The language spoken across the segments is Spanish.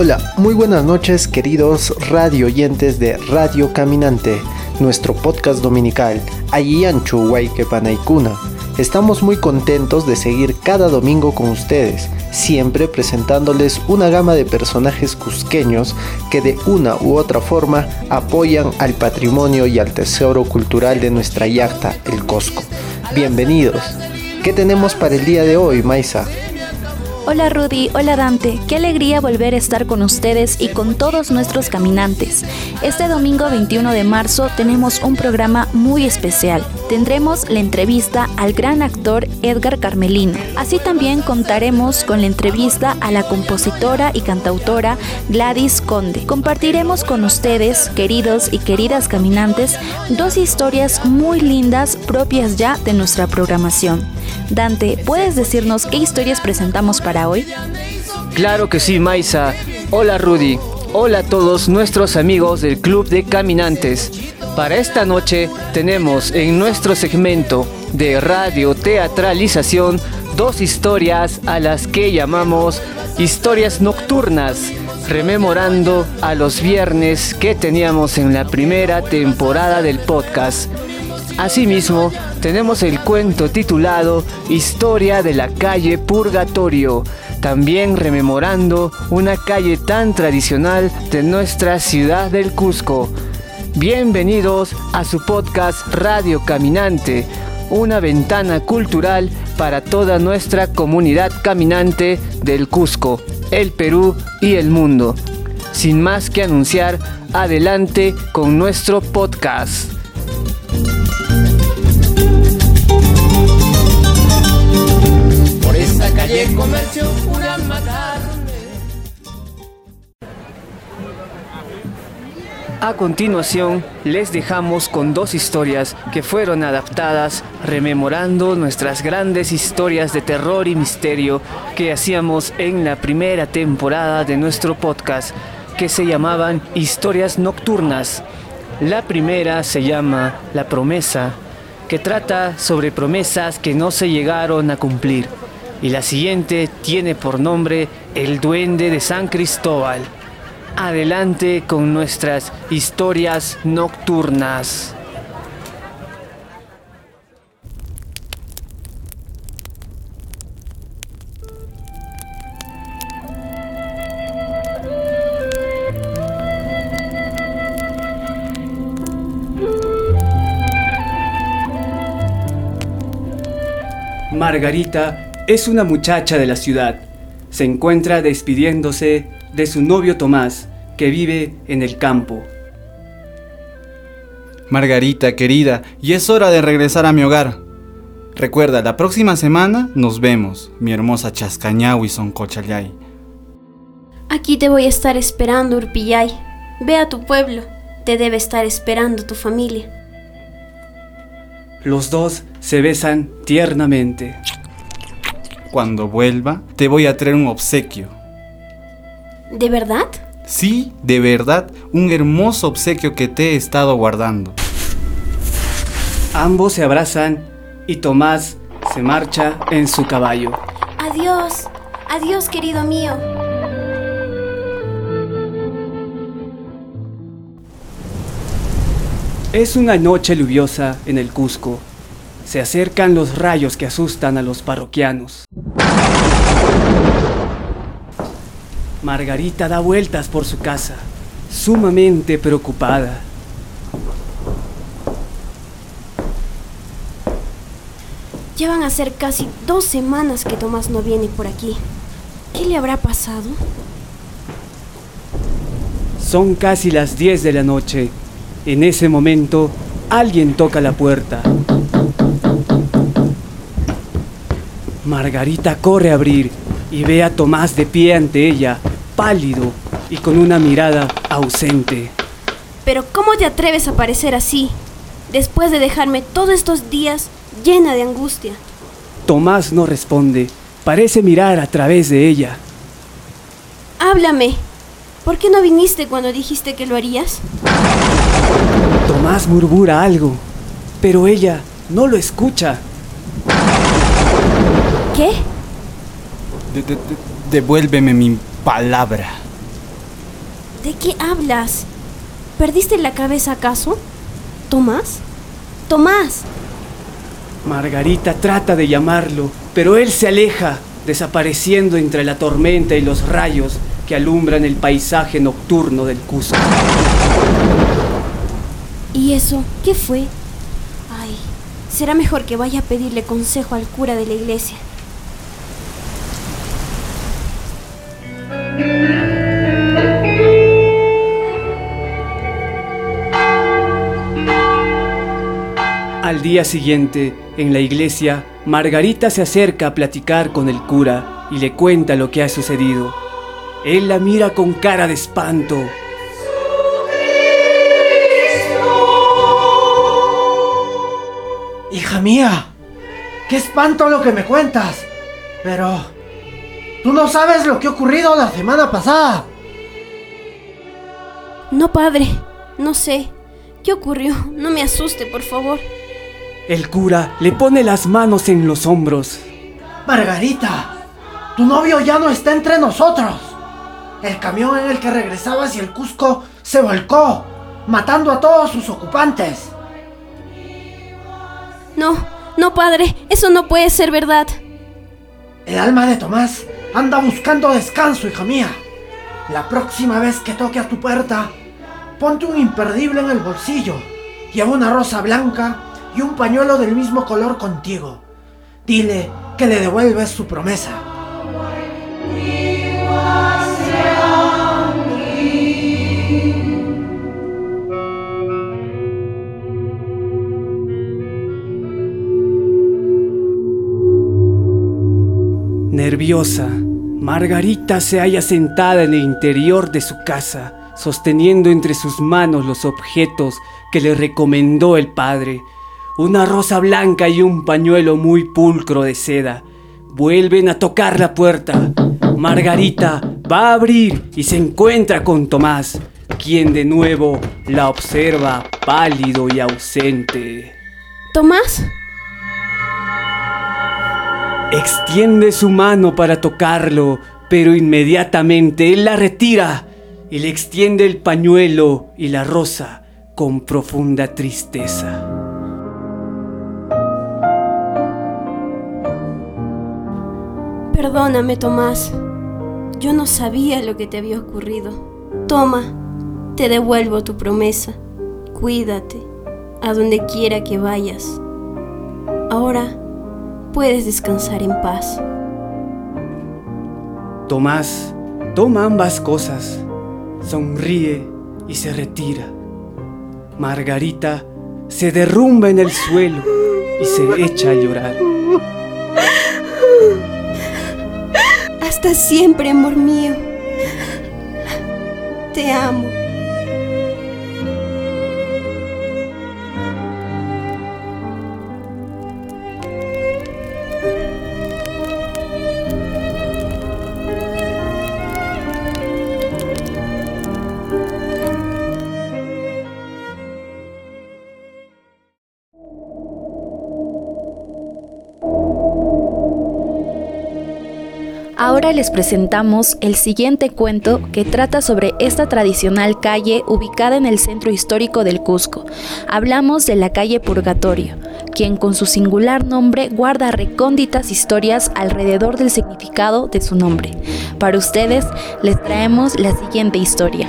Hola, muy buenas noches queridos radio oyentes de Radio Caminante, nuestro podcast dominical, Ayianchu Huayquepanaykuna. Estamos muy contentos de seguir cada domingo con ustedes, siempre presentándoles una gama de personajes cusqueños que de una u otra forma apoyan al patrimonio y al tesoro cultural de nuestra yacta, el Cusco. Bienvenidos. ¿Qué tenemos para el día de hoy, Maisa? Hola Rudy, hola Dante, qué alegría volver a estar con ustedes y con todos nuestros caminantes. Este domingo 21 de marzo tenemos un programa muy especial. Tendremos la entrevista al gran actor Edgar Carmelino. Así también contaremos con la entrevista a la compositora y cantautora Gladys Conde. Compartiremos con ustedes, queridos y queridas caminantes, dos historias muy lindas propias ya de nuestra programación. Dante, ¿puedes decirnos qué historias presentamos para hoy? Claro que sí, Maisa. Hola Rudy. Hola a todos nuestros amigos del Club de Caminantes. Para esta noche tenemos en nuestro segmento de radioteatralización dos historias a las que llamamos historias nocturnas, rememorando a los viernes que teníamos en la primera temporada del podcast. Asimismo, tenemos el cuento titulado Historia de la calle Purgatorio, también rememorando una calle tan tradicional de nuestra ciudad del Cusco. Bienvenidos a su podcast Radio Caminante, una ventana cultural para toda nuestra comunidad caminante del Cusco, el Perú y el mundo. Sin más que anunciar, adelante con nuestro podcast. Por esta calle comercio una macarne. A continuación, les dejamos con dos historias que fueron adaptadas rememorando nuestras grandes historias de terror y misterio que hacíamos en la primera temporada de nuestro podcast, que se llamaban Historias Nocturnas. La primera se llama La Promesa, que trata sobre promesas que no se llegaron a cumplir. Y la siguiente tiene por nombre El Duende de San Cristóbal. Adelante con nuestras historias nocturnas. Margarita es una muchacha de la ciudad. Se encuentra despidiéndose de su novio Tomás, que vive en el campo. Margarita, querida, ya es hora de regresar a mi hogar. Recuerda, la próxima semana nos vemos, mi hermosa Chascañahui Soncochayay. Aquí te voy a estar esperando, Urpillay. Ve a tu pueblo, te debe estar esperando tu familia. Los dos se besan tiernamente. Cuando vuelva, te voy a traer un obsequio. ¿De verdad? Sí, de verdad, un hermoso obsequio que te he estado guardando. Ambos se abrazan y Tomás se marcha en su caballo. Adiós, adiós, querido mío. Es una noche lluviosa en el Cusco. Se acercan los rayos que asustan a los parroquianos. Margarita da vueltas por su casa, sumamente preocupada. Ya van a ser casi 2 semanas que Tomás no viene por aquí. ¿Qué le habrá pasado? Son casi las 10 de la noche. En ese momento, alguien toca la puerta. Margarita corre a abrir y ve a Tomás de pie ante ella, pálido y con una mirada ausente. ¿Pero cómo te atreves a aparecer así, después de dejarme todos estos días llena de angustia? Tomás no responde, parece mirar a través de ella. Háblame, ¿por qué no viniste cuando dijiste que lo harías? Tomás murmura algo, pero ella no lo escucha. ¿Qué? Devuélveme mi palabra. ¿De qué hablas? ¿Perdiste la cabeza acaso? ¿Tomás? ¡Tomás! Margarita trata de llamarlo, pero él se aleja, desapareciendo entre la tormenta y los rayos que alumbran el paisaje nocturno del Cusco. ¿Y eso? ¿Qué fue? Ay, será mejor que vaya a pedirle consejo al cura de la iglesia. Al día siguiente, en la iglesia, Margarita se acerca a platicar con el cura y le cuenta lo que ha sucedido. Él la mira con cara de espanto. Hija mía, qué espanto lo que me cuentas. Pero tú no sabes lo que ha ocurrido la semana pasada. No, padre, no sé. ¿Qué ocurrió? No me asuste, por favor. El cura le pone las manos en los hombros. Margarita, tu novio ya no está entre nosotros. El camión en el que regresaba hacia el Cusco se volcó, matando a todos sus ocupantes. No, padre, eso no puede ser verdad. El alma de Tomás anda buscando descanso, hija mía. La próxima vez que toque a tu puerta, ponte un imperdible en el bolsillo. Lleva una rosa blanca y un pañuelo del mismo color contigo. Dile que le devuelves su promesa. Nerviosa, Margarita se halla sentada en el interior de su casa, sosteniendo entre sus manos los objetos que le recomendó el padre. Una rosa blanca y un pañuelo muy pulcro de seda. Vuelven a tocar la puerta. Margarita va a abrir y se encuentra con Tomás, quien de nuevo la observa pálido y ausente. ¿Tomás? Extiende su mano para tocarlo, pero inmediatamente él la retira y le extiende el pañuelo y la rosa con profunda tristeza. Perdóname, Tomás. Yo no sabía lo que te había ocurrido. Toma, te devuelvo tu promesa. Cuídate, a donde quiera que vayas. Ahora puedes descansar en paz. Tomás toma ambas cosas, sonríe y se retira. Margarita se derrumba en el suelo y se echa a llorar. Hasta siempre, amor mío. Te amo. Ahora les presentamos el siguiente cuento que trata sobre esta tradicional calle ubicada en el centro histórico del Cusco. Hablamos de la calle Purgatorio, quien con su singular nombre guarda recónditas historias alrededor del significado de su nombre. Para ustedes les traemos la siguiente historia.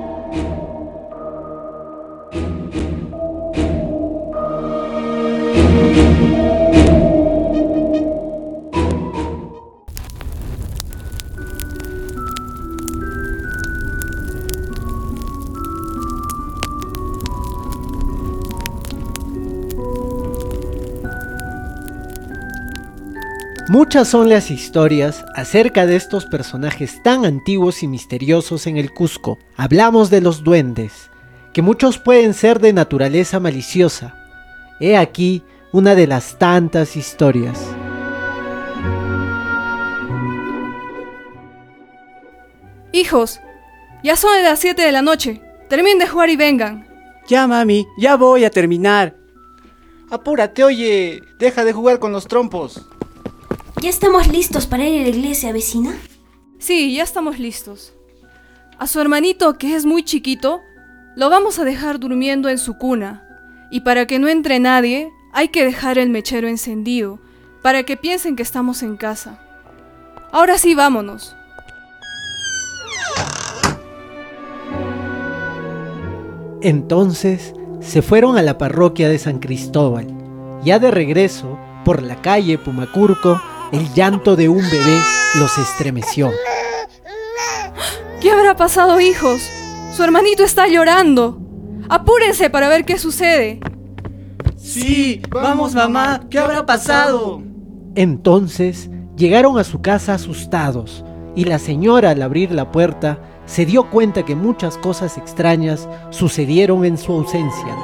Muchas son las historias acerca de estos personajes tan antiguos y misteriosos en el Cusco. Hablamos de los duendes, que muchos pueden ser de naturaleza maliciosa. He aquí una de las tantas historias. Hijos, ya son las 7 de la noche. Terminen de jugar y vengan. Ya, mami, ya voy a terminar. Apúrate, oye, deja de jugar con los trompos. ¿Ya estamos listos para ir a la iglesia, vecina? Sí, ya estamos listos. A su hermanito, que es muy chiquito, lo vamos a dejar durmiendo en su cuna. Y para que no entre nadie, hay que dejar el mechero encendido, para que piensen que estamos en casa. Ahora sí, vámonos. Entonces se fueron a la parroquia de San Cristóbal. Ya de regreso, por la calle Pumacurco, el llanto de un bebé los estremeció. ¿Qué habrá pasado, hijos? Su hermanito está llorando. Apúrense para ver qué sucede. Sí, vamos mamá, ¿qué habrá pasado? Entonces llegaron a su casa asustados y la señora, al abrir la puerta, se dio cuenta que muchas cosas extrañas sucedieron en su ausencia.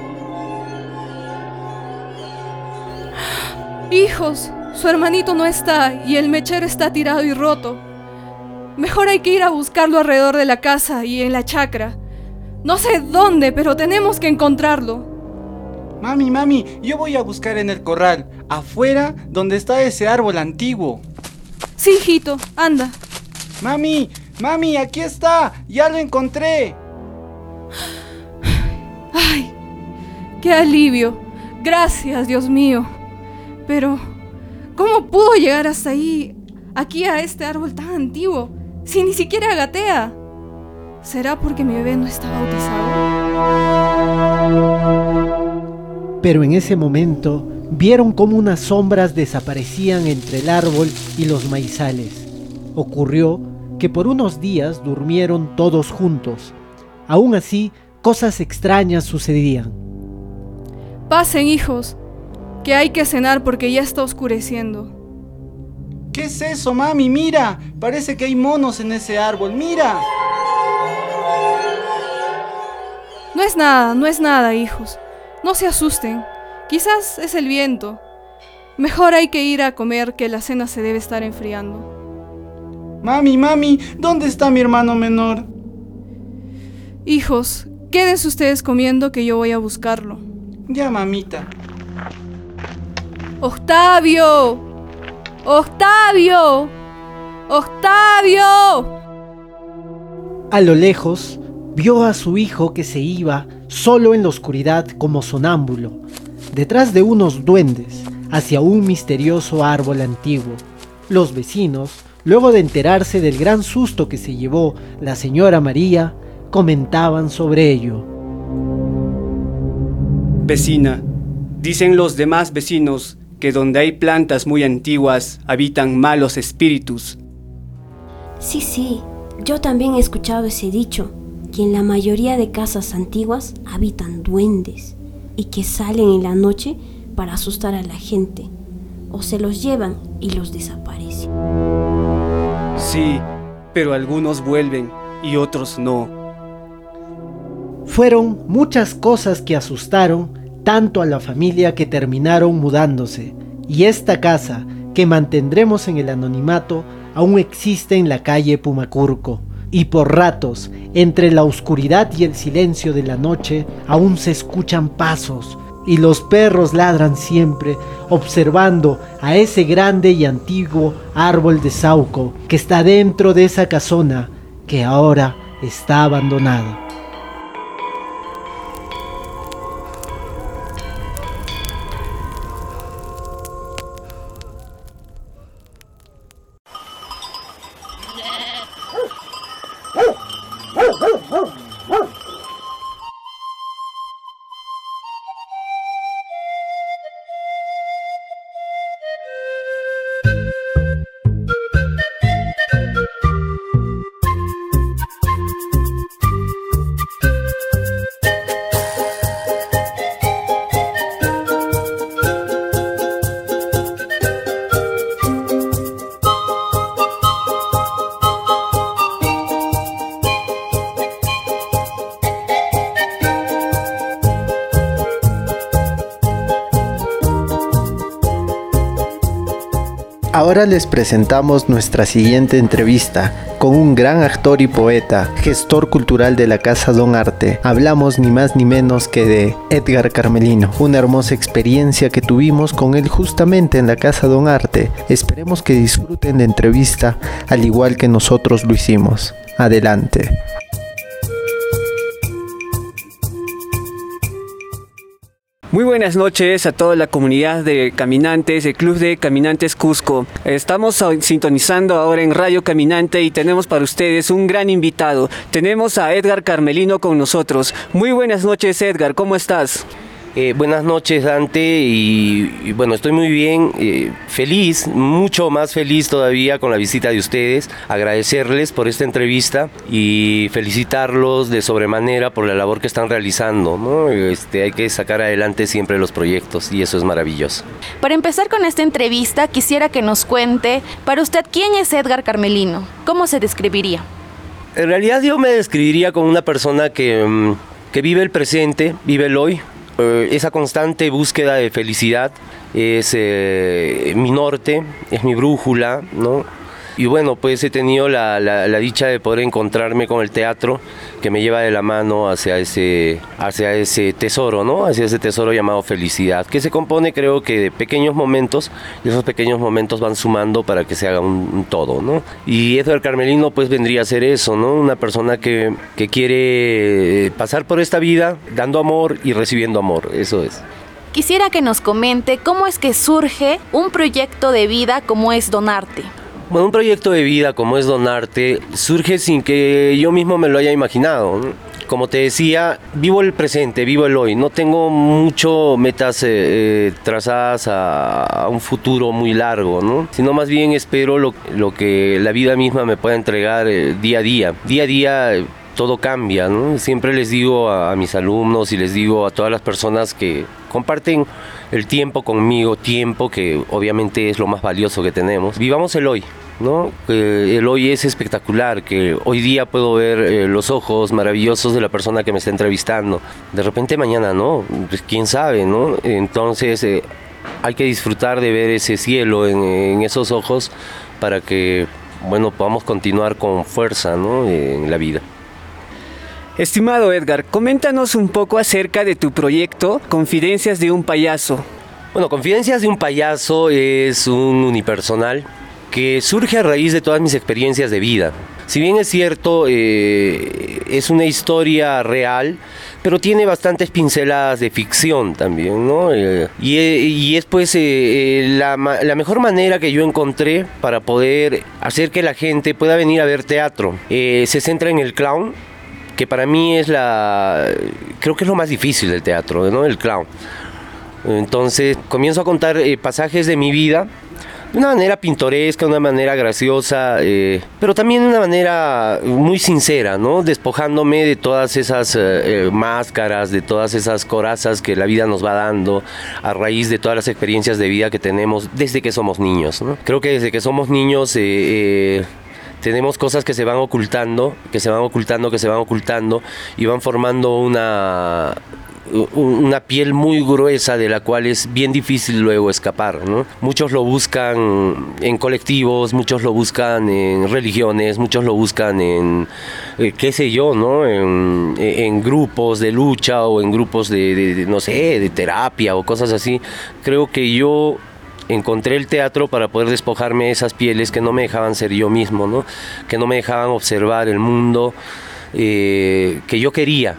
Hijos, su hermanito no está y el mechero está tirado y roto. Mejor hay que ir a buscarlo alrededor de la casa y en la chacra. No sé dónde, pero tenemos que encontrarlo. Mami, yo voy a buscar en el corral, afuera donde está ese árbol antiguo. Sí, hijito, anda. Mami, aquí está, ya lo encontré. Ay, qué alivio. Gracias, Dios mío. Pero, ¿cómo pudo llegar hasta ahí, aquí a este árbol tan antiguo, si ni siquiera gatea? ¿Será porque mi bebé no está bautizado? Pero en ese momento vieron cómo unas sombras desaparecían entre el árbol y los maizales. Ocurrió que por unos días durmieron todos juntos. Aún así, cosas extrañas sucedían. Pasen, hijos, que hay que cenar porque ya está oscureciendo. ¿Qué es eso, mami? Mira, parece que hay monos en ese árbol, mira. No es nada, hijos. No se asusten, quizás es el viento. Mejor hay que ir a comer, que la cena se debe estar enfriando. Mami, ¿dónde está mi hermano menor? Hijos, quédense ustedes comiendo que yo voy a buscarlo. Ya, mamita. ¡Octavio! ¡Octavio! ¡Octavio! A lo lejos, vio a su hijo que se iba solo en la oscuridad como sonámbulo, detrás de unos duendes, hacia un misterioso árbol antiguo. Los vecinos, luego de enterarse del gran susto que se llevó la señora María, comentaban sobre ello. Vecina, dicen los demás vecinos que donde hay plantas muy antiguas habitan malos espíritus. Sí, yo también he escuchado ese dicho, que en la mayoría de casas antiguas habitan duendes y que salen en la noche para asustar a la gente, o se los llevan y los desaparecen. Sí, pero algunos vuelven y otros no. Fueron muchas cosas que asustaron tanto a la familia que terminaron mudándose, y esta casa, que mantendremos en el anonimato, aún existe en la calle Pumacurco, y por ratos, entre la oscuridad y el silencio de la noche, aún se escuchan pasos, y los perros ladran siempre, observando a ese grande y antiguo árbol de sauco que está dentro de esa casona que ahora está abandonada. Ahora les presentamos nuestra siguiente entrevista con un gran actor y poeta, gestor cultural de la Casa Don Arte. Hablamos ni más ni menos que de Edgar Carmelino, una hermosa experiencia que tuvimos con él justamente en la Casa Don Arte. Esperemos que disfruten la entrevista al igual que nosotros lo hicimos. Adelante. Muy buenas noches a toda la comunidad de caminantes, el Club de Caminantes Cusco. Estamos sintonizando ahora en Radio Caminante y tenemos para ustedes un gran invitado. Tenemos a Edgar Carmelino con nosotros. Muy buenas noches, Edgar, ¿cómo estás? Buenas noches, Dante, y bueno, estoy muy bien, feliz, mucho más feliz todavía con la visita de ustedes, agradecerles por esta entrevista y felicitarlos de sobremanera por la labor que están realizando, ¿no? Hay que sacar adelante siempre los proyectos y eso es maravilloso. Para empezar con esta entrevista, quisiera que nos cuente, para usted, ¿quién es Edgar Carmelino? ¿Cómo se describiría? En realidad yo me describiría como una persona que vive el presente, vive el hoy. Esa constante búsqueda de felicidad es mi norte, es mi brújula, ¿no? Y bueno, pues he tenido la dicha de poder encontrarme con el teatro que me lleva de la mano hacia ese tesoro, ¿no? Hacia ese tesoro llamado felicidad, que se compone, creo que, de pequeños momentos, y esos pequeños momentos van sumando para que se haga un todo, ¿no? Y Edgar Carmelino pues vendría a ser eso, ¿no? Una persona que quiere pasar por esta vida dando amor y recibiendo amor, eso es. Quisiera que nos comente cómo es que surge un proyecto de vida como es Donarte. Bueno, un proyecto de vida como es Donarte surge sin que yo mismo me lo haya imaginado, ¿no? Como te decía, vivo el presente, vivo el hoy. No tengo mucho metas trazadas a un futuro muy largo, ¿no? Sino más bien espero lo que la vida misma me pueda entregar día a día. Día a día todo cambia, ¿no? Siempre les digo a mis alumnos y les digo a todas las personas que comparten el tiempo conmigo, tiempo que obviamente es lo más valioso que tenemos. Vivamos el hoy, ¿no? El hoy es espectacular, que hoy día puedo ver los ojos maravillosos de la persona que me está entrevistando. De repente mañana no, pues quién sabe, ¿no? Entonces hay que disfrutar de ver ese cielo en esos ojos para que, bueno, podamos continuar con fuerza, ¿no? En la vida. Estimado Edgar, coméntanos un poco acerca de tu proyecto Confidencias de un Payaso. Bueno, Confidencias de un Payaso es un unipersonal que surge a raíz de todas mis experiencias de vida. Si bien es cierto, es una historia real, pero tiene bastantes pinceladas de ficción también, ¿no? Y es pues la mejor manera que yo encontré para poder hacer que la gente pueda venir a ver teatro. Se centra en el clown, que para mí creo que es lo más difícil del teatro, ¿no? El clown. Entonces comienzo a contar pasajes de mi vida de una manera pintoresca, de una manera graciosa, pero también de una manera muy sincera, ¿no? Despojándome de todas esas máscaras, de todas esas corazas que la vida nos va dando a raíz de todas las experiencias de vida que tenemos desde que somos niños, ¿no? Creo que desde que somos niños tenemos cosas que se van ocultando y van formando una piel muy gruesa de la cual es bien difícil luego escapar, ¿no? Muchos lo buscan en colectivos, muchos lo buscan en religiones, muchos lo buscan en, qué sé yo, ¿no? En grupos de lucha o en grupos no sé, de terapia o cosas así. Creo que yo encontré el teatro para poder despojarme de esas pieles que no me dejaban ser yo mismo, ¿no? Que no me dejaban observar el mundo que yo quería.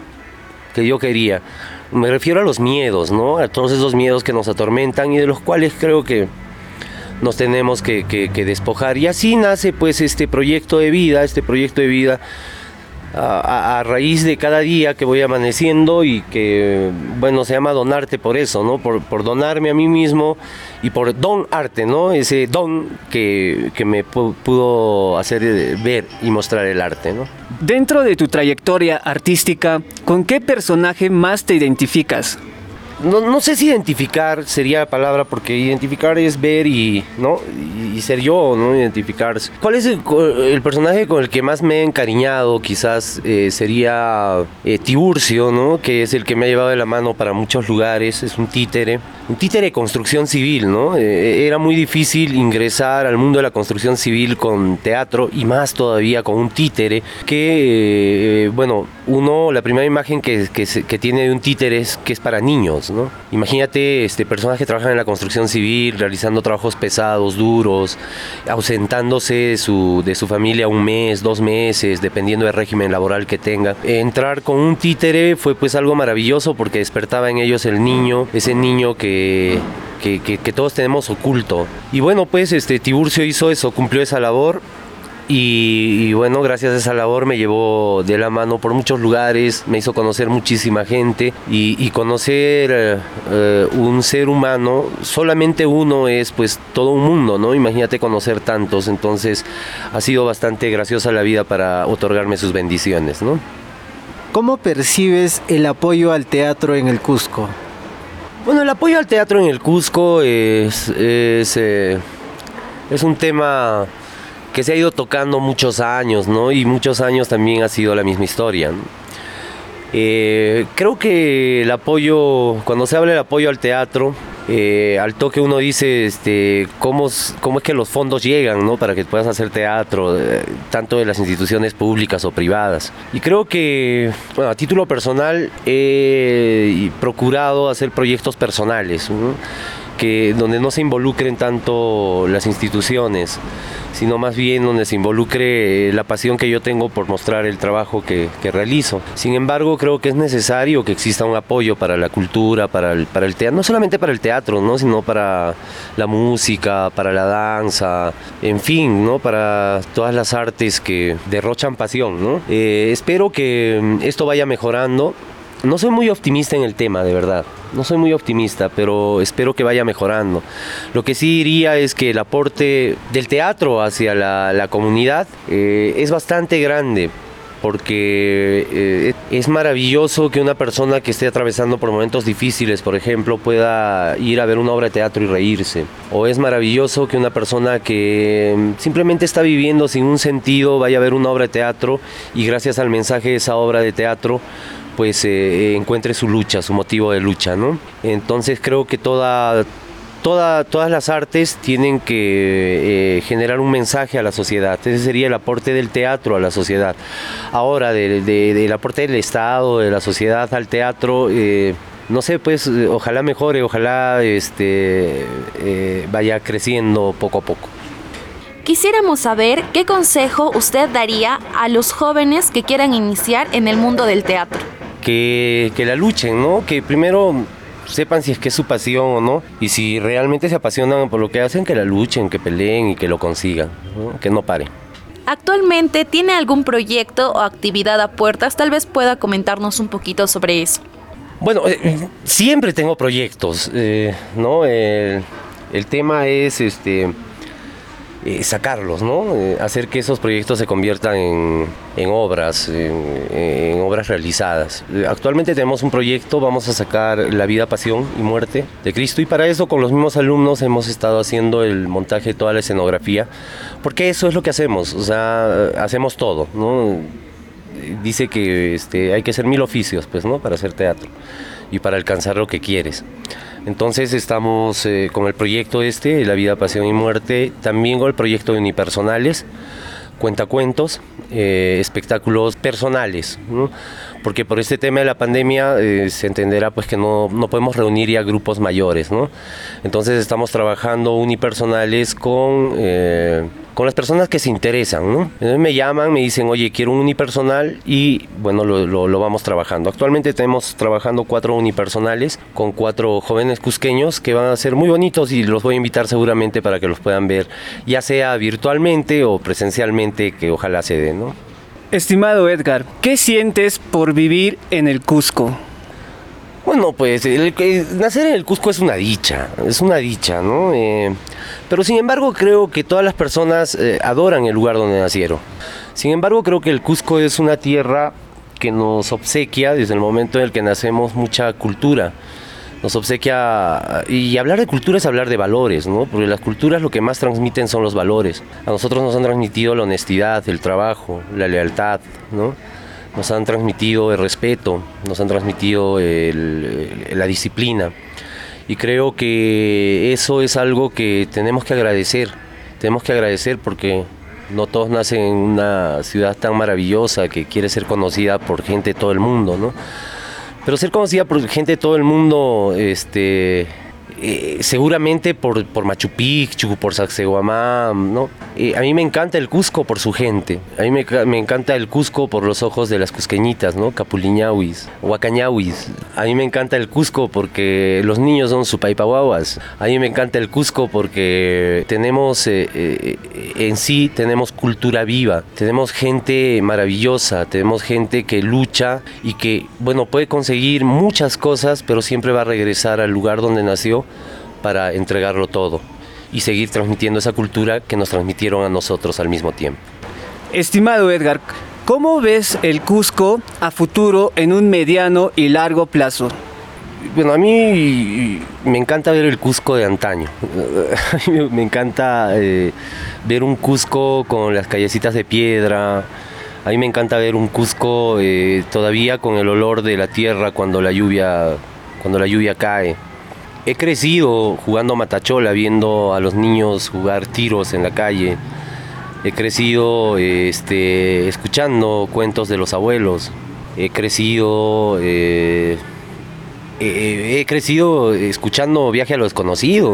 Me refiero a los miedos, ¿no? A todos esos miedos que nos atormentan y de los cuales creo que nos tenemos que despojar. Y así nace pues este proyecto de vida a raíz de cada día que voy amaneciendo y que, bueno, se llama Donarte por eso, ¿no? Por donarme a mí mismo y por don arte, ¿no? Ese don que me pudo hacer ver y mostrar el arte, ¿no? Dentro de tu trayectoria artística, ¿con qué personaje más te identificas? No sé si identificar sería la palabra, porque identificar es ver y ser yo, ¿no? Identificarse. ¿Cuál es el personaje con el que más me he encariñado? Quizás sería Tiburcio, ¿no? Que es el que me ha llevado de la mano para muchos lugares. Es un títere de construcción civil, ¿no? Era muy difícil ingresar al mundo de la construcción civil con teatro y más todavía con un títere que, la primera imagen que tiene de un títere es que es para niños. años, ¿no? Imagínate personas que trabajan en la construcción civil, realizando trabajos pesados, duros, ausentándose de su familia 1 mes, 2 meses, dependiendo del régimen laboral que tenga. Entrar con un títere fue pues algo maravilloso porque despertaba en ellos el niño, ese niño que todos tenemos oculto. Y bueno, pues Tiburcio hizo eso, cumplió esa labor. Y bueno, gracias a esa labor me llevó de la mano por muchos lugares, me hizo conocer muchísima gente y conocer un ser humano, solamente uno es pues todo un mundo, ¿no? Imagínate conocer tantos, entonces ha sido bastante graciosa la vida para otorgarme sus bendiciones, ¿no? ¿Cómo percibes el apoyo al teatro en el Cusco? Bueno, el apoyo al teatro en el Cusco es un tema que se ha ido tocando muchos años, ¿no? Y muchos años también ha sido la misma historia, ¿no? Creo que el apoyo, cuando se habla del apoyo al teatro, al toque uno dice cómo es que los fondos llegan, ¿no? Para que puedas hacer teatro, tanto de las instituciones públicas o privadas. Y creo que, bueno, a título personal he procurado hacer proyectos personales, ¿no? Donde no se involucren tanto las instituciones, sino más bien donde se involucre la pasión que yo tengo por mostrar el trabajo que realizo. Sin embargo, creo que es necesario que exista un apoyo para la cultura, para el teatro, no solamente para el teatro, ¿no? Sino para la música, para la danza, en fin, ¿no? Para todas las artes que derrochan pasión, ¿no? Espero que esto vaya mejorando. No soy muy optimista en el tema, de verdad. No soy muy optimista, pero espero que vaya mejorando. Lo que sí diría es que el aporte del teatro hacia la comunidad es bastante grande, porque es maravilloso que una persona que esté atravesando por momentos difíciles, por ejemplo, pueda ir a ver una obra de teatro y reírse. O es maravilloso que una persona que simplemente está viviendo sin un sentido vaya a ver una obra de teatro y gracias al mensaje de esa obra de teatro pues encuentre su lucha, su motivo de lucha, ¿no? Entonces creo que todas las artes tienen que generar un mensaje a la sociedad. Ese sería el aporte del teatro a la sociedad. Ahora, del aporte del Estado, de la sociedad al teatro, no sé, pues ojalá mejore, ojalá vaya creciendo poco a poco. Quisiéramos saber qué consejo usted daría a los jóvenes que quieran iniciar en el mundo del teatro. Que la luchen, ¿no? Que primero sepan si es que es su pasión o no, y si realmente se apasionan por lo que hacen, que la luchen, que peleen y que lo consigan, ¿no? Que no paren. ¿Actualmente tiene algún proyecto o actividad a puertas? Tal vez pueda comentarnos un poquito sobre eso. Bueno, siempre tengo proyectos, ¿no? El tema es sacarlos, ¿no? Hacer que esos proyectos se conviertan en obras, en obras realizadas. Actualmente tenemos un proyecto, vamos a sacar La vida, pasión y muerte de Cristo, y para eso con los mismos alumnos hemos estado haciendo el montaje de toda la escenografía, porque eso es lo que hacemos, o sea, hacemos todo, ¿no? Dice que hay que hacer 1000 oficios, pues, ¿no? Para hacer teatro y para alcanzar lo que quieres. Entonces estamos con el proyecto La vida, pasión y muerte, también con el proyecto de unipersonales, cuentacuentos, espectáculos personales, ¿no? Porque por este tema de la pandemia se entenderá pues que no podemos reunir ya grupos mayores, ¿no? Entonces estamos trabajando unipersonales con las personas que se interesan, ¿no? Entonces me llaman, me dicen, oye, quiero un unipersonal, y bueno, lo vamos trabajando. Actualmente tenemos trabajando 4 unipersonales con 4 jóvenes cusqueños que van a ser muy bonitos, y los voy a invitar seguramente para que los puedan ver, ya sea virtualmente o presencialmente, que ojalá se dé, ¿no? Estimado Edgar, ¿qué sientes por vivir en el Cusco? Bueno, pues nacer en el Cusco es una dicha, ¿no? Pero sin embargo creo que todas las personas adoran el lugar donde nacieron. Sin embargo creo que el Cusco es una tierra que nos obsequia desde el momento en el que nacemos mucha cultura. Nos obsequia, y hablar de cultura es hablar de valores, ¿no? Porque las culturas lo que más transmiten son los valores. A nosotros nos han transmitido la honestidad, el trabajo, la lealtad, ¿no? Nos han transmitido el respeto, nos han transmitido la disciplina. Y creo que eso es algo que tenemos que agradecer. Tenemos que agradecer porque no todos nacen en una ciudad tan maravillosa que quiere ser conocida por gente de todo el mundo, ¿no? pero ser conocida por gente de todo el mundo, seguramente por Machu Picchu, por Sacsayhuamán, ¿no? A mí me encanta el Cusco por su gente. A mí me encanta el Cusco por los ojos de las cusqueñitas, ¿no? Capuliñahuis, huacañahuis. A mí me encanta el Cusco porque los niños son supaipahuahuas. A mí me encanta el Cusco porque tenemos tenemos cultura viva, tenemos gente maravillosa, tenemos gente que lucha y que, bueno, puede conseguir muchas cosas, pero siempre va a regresar al lugar donde nació para entregarlo todo y seguir transmitiendo esa cultura que nos transmitieron a nosotros al mismo tiempo. Estimado Edgar, ¿cómo ves el Cusco a futuro en un mediano y largo plazo? Bueno, a mí me encanta ver el Cusco de antaño. Me encanta ver un Cusco con las callecitas de piedra. A mí me encanta ver un Cusco todavía con el olor de la tierra cuando la lluvia cae. He crecido jugando matachola, viendo a los niños jugar tiros en la calle. He crecido escuchando cuentos de los abuelos. He crecido escuchando Viaje a lo Desconocido.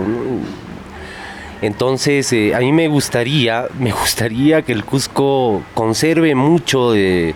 Entonces, a mí me gustaría que el Cusco conserve mucho de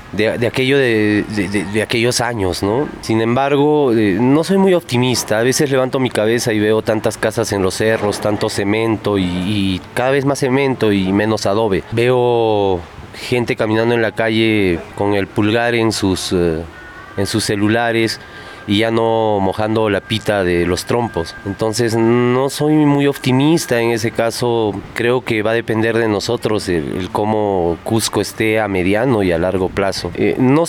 aquellos años, ¿no? Sin embargo, no soy muy optimista. A veces levanto mi cabeza y veo tantas casas en los cerros, tanto cemento y cada vez más cemento y menos adobe. Veo gente caminando en la calle con el pulgar en sus celulares y ya no mojando la pita de los trompos. Entonces no soy muy optimista en ese caso. Creo que va a depender de nosotros el cómo Cusco esté a mediano y a largo plazo. No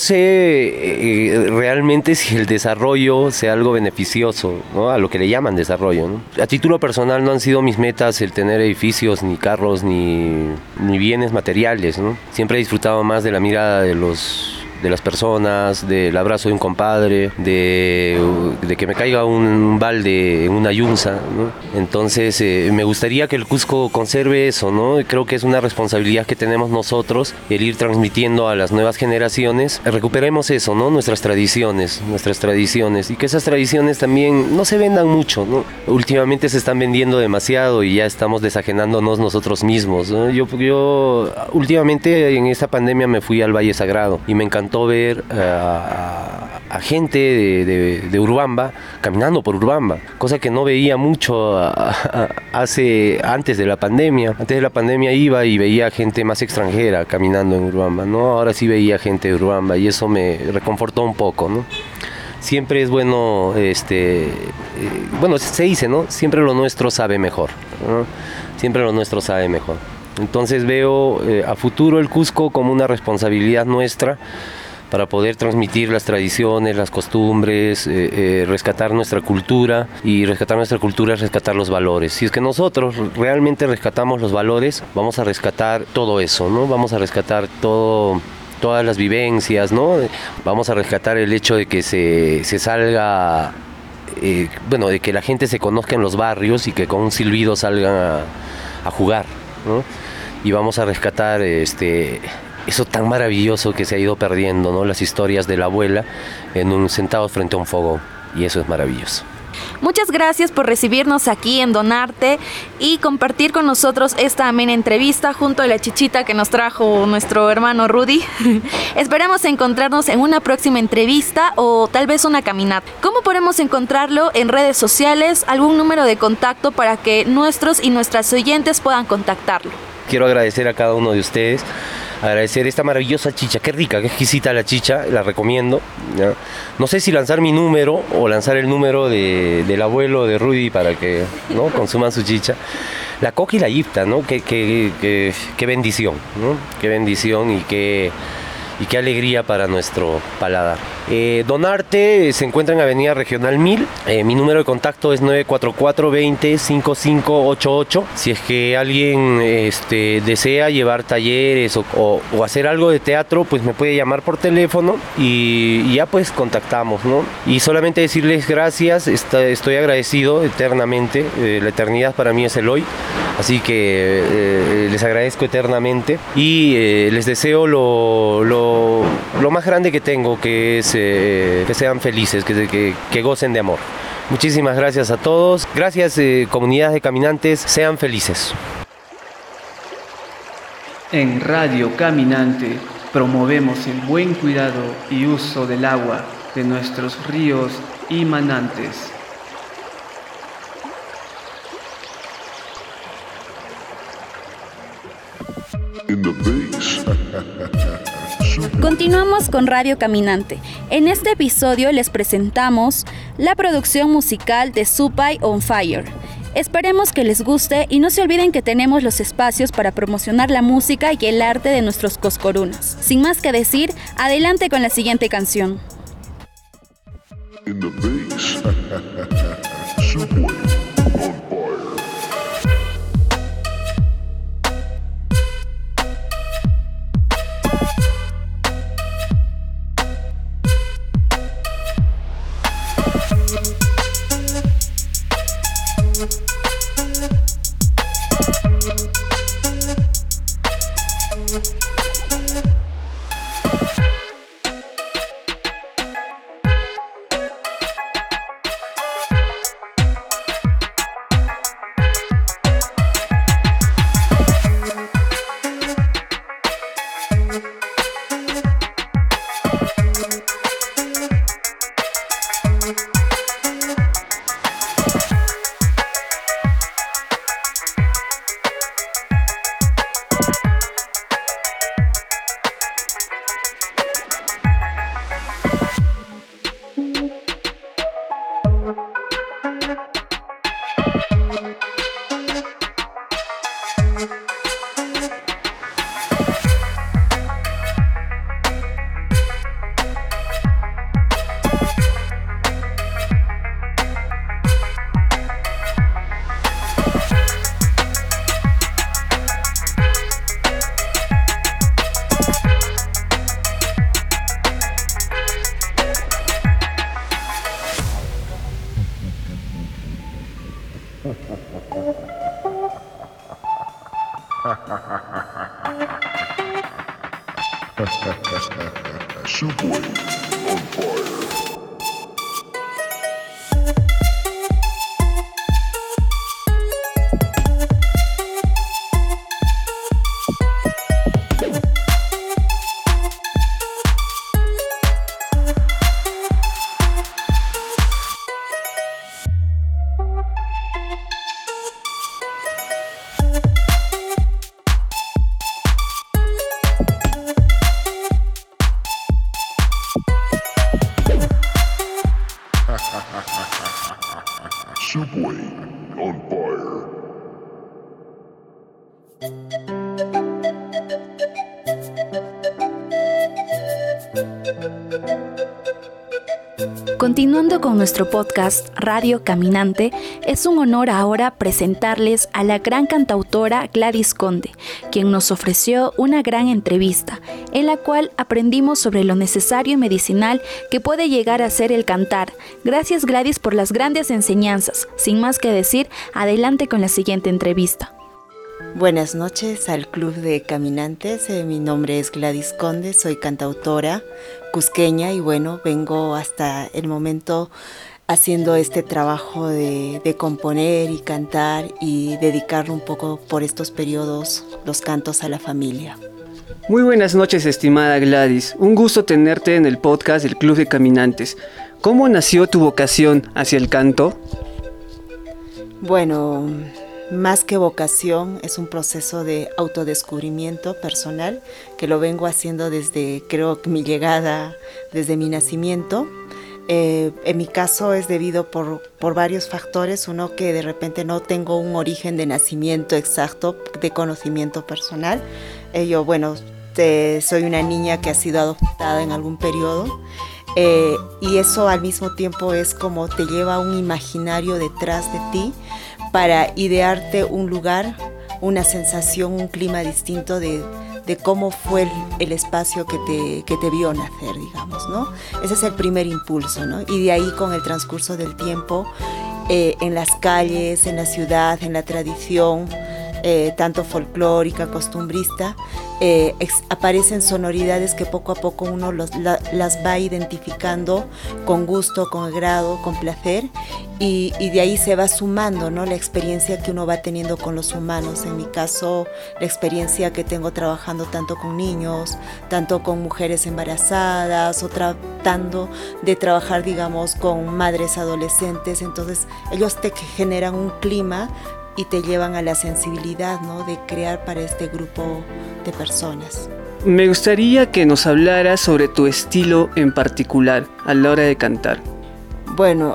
sé realmente si el desarrollo sea algo beneficioso, ¿no? A lo que le llaman desarrollo, ¿no? A título personal no han sido mis metas el tener edificios, ni carros, ni bienes materiales, ¿no? Siempre he disfrutado más de la mirada de las personas, del abrazo de un compadre, de que me caiga un balde en una yunza, ¿no? Entonces me gustaría que el Cusco conserve eso, ¿no? Creo que es una responsabilidad que tenemos nosotros, el ir transmitiendo a las nuevas generaciones. Recuperemos eso, ¿no? Nuestras tradiciones, y que esas tradiciones también no se vendan mucho, ¿no? Últimamente se están vendiendo demasiado y ya estamos desajenándonos nosotros mismos, ¿no? Yo últimamente en esta pandemia me fui al Valle Sagrado y me encantó ver a gente de Urubamba caminando por Urubamba, cosa que no veía mucho antes de la pandemia. Antes de la pandemia iba y veía gente más extranjera caminando en Urubamba, ¿no? Ahora sí veía gente de Urubamba y eso me reconfortó un poco, ¿no? Siempre es bueno, bueno, se dice, ¿no? Siempre lo nuestro sabe mejor, ¿no? Siempre lo nuestro sabe mejor. Entonces veo a futuro el Cusco como una responsabilidad nuestra para poder transmitir las tradiciones, las costumbres, rescatar nuestra cultura, y rescatar nuestra cultura es rescatar los valores. Si es que nosotros realmente rescatamos los valores, vamos a rescatar todo eso, ¿no? Vamos a rescatar todas las vivencias, ¿no? Vamos a rescatar el hecho de que se salga, de que la gente se conozca en los barrios y que con un silbido salgan a jugar, ¿no? Y vamos a rescatar eso tan maravilloso que se ha ido perdiendo, ¿no? Las historias de la abuela sentados frente a un fogón, y eso es maravilloso. Muchas gracias por recibirnos aquí en Donarte y compartir con nosotros esta amena entrevista junto a la chichita que nos trajo nuestro hermano Rudy. Esperamos encontrarnos en una próxima entrevista o tal vez una caminata. ¿Cómo podemos encontrarlo en redes sociales? ¿Algún número de contacto para que nuestros y nuestras oyentes puedan contactarlo? Quiero agradecer a cada uno de ustedes, agradecer esta maravillosa chicha, qué rica, qué exquisita la chicha, la recomiendo, ¿ya? No sé si lanzar mi número o lanzar el número del abuelo de Rudy para que, ¿no?, consuman su chicha. La coca y la yipta, ¿no? Qué bendición, ¿no? Qué bendición y qué alegría para nuestro paladar. Donarte se encuentra en Avenida Regional 1000. Mi número de contacto es 944-20-5588. Si es que alguien desea llevar talleres o hacer algo de teatro, pues me puede llamar por teléfono y ya pues contactamos, ¿no? Y solamente decirles gracias, estoy agradecido eternamente. La eternidad para mí es el hoy. Así que les agradezco eternamente y les deseo lo lo más grande que tengo, que es que sean felices, que gocen de amor. Muchísimas gracias a todos. Gracias, comunidad de caminantes, sean felices. En Radio Caminante promovemos el buen cuidado y uso del agua de nuestros ríos y manantes. Continuamos con Radio Caminante. En este episodio les presentamos la producción musical de Supai on Fire. Esperemos que les guste y no se olviden que tenemos los espacios para promocionar la música y el arte de nuestros coscorunas. Sin más que decir, adelante con la siguiente canción. Continuando con nuestro podcast Radio Caminante, es un honor ahora presentarles a la gran cantautora Gladys Conde, quien nos ofreció una gran entrevista, en la cual aprendimos sobre lo necesario y medicinal que puede llegar a ser el cantar. Gracias, Gladys, por las grandes enseñanzas. Sin más que decir, adelante con la siguiente entrevista. Buenas noches al Club de Caminantes, mi nombre es Gladys Conde, soy cantautora cusqueña y bueno, vengo hasta el momento haciendo este trabajo de componer y cantar y dedicar un poco por estos periodos los cantos a la familia. Muy buenas noches, estimada Gladys, un gusto tenerte en el podcast del Club de Caminantes. ¿Cómo nació tu vocación hacia el canto? Bueno, más que vocación, es un proceso de autodescubrimiento personal que lo vengo haciendo desde, creo que mi llegada, desde mi nacimiento. En mi caso es debido por varios factores. Uno, que de repente no tengo un origen de nacimiento exacto, de conocimiento personal. Yo, bueno, soy una niña que ha sido adoptada en algún periodo. Y eso al mismo tiempo es como te lleva a un imaginario detrás de ti para idearte un lugar, una sensación, un clima distinto de cómo fue el espacio que te vio nacer, digamos, ¿no? Ese es el primer impulso, ¿no? Y de ahí, con el transcurso del tiempo, en las calles, en la ciudad, en la tradición, tanto folclórica, costumbrista, aparecen sonoridades que poco a poco uno las va identificando con gusto, con agrado, con placer, y de ahí se va sumando, ¿no?, la experiencia que uno va teniendo con los humanos. En mi caso, la experiencia que tengo trabajando tanto con niños, tanto con mujeres embarazadas, o tratando de trabajar, digamos, con madres adolescentes. Entonces ellos te generan un clima y te llevan a la sensibilidad, ¿no?, de crear para este grupo de personas. Me gustaría que nos hablaras sobre tu estilo en particular a la hora de cantar. Bueno,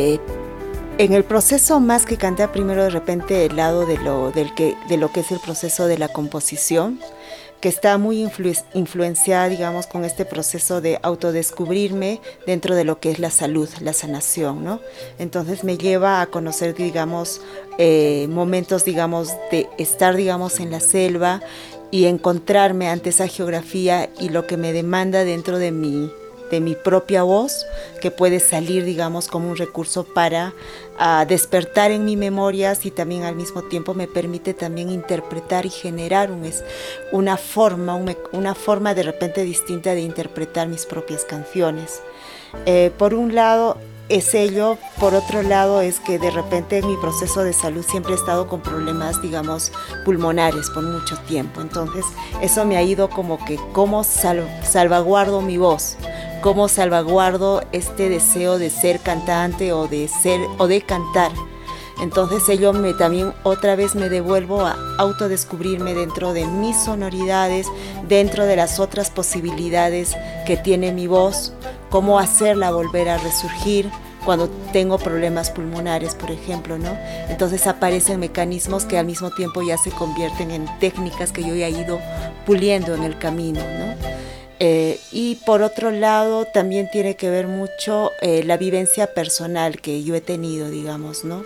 en el proceso, más que cantar, primero de repente el lado de lo que es el proceso de la composición, que está muy influenciada, digamos, con este proceso de autodescubrirme dentro de lo que es la salud, la sanación, ¿no? Entonces me lleva a conocer, digamos, momentos, digamos, de estar, digamos, en la selva y encontrarme ante esa geografía y lo que me demanda dentro de mi propia voz, que puede salir, digamos, como un recurso para despertar en mi memorias, y también al mismo tiempo me permite también interpretar y generar una forma de repente distinta de interpretar mis propias canciones. Por un lado es ello, por otro lado es que de repente en mi proceso de salud siempre he estado con problemas, digamos, pulmonares por mucho tiempo. Entonces eso me ha ido como que cómo salvaguardo mi voz, cómo salvaguardo este deseo de ser cantante o de cantar. Entonces ello también otra vez me devuelvo a autodescubrirme dentro de mis sonoridades, dentro de las otras posibilidades que tiene mi voz, cómo hacerla volver a resurgir cuando tengo problemas pulmonares, por ejemplo, ¿no? Entonces aparecen mecanismos que al mismo tiempo ya se convierten en técnicas que yo ya he ido puliendo en el camino, ¿no? Y por otro lado también tiene que ver mucho la vivencia personal que yo he tenido, digamos, ¿no?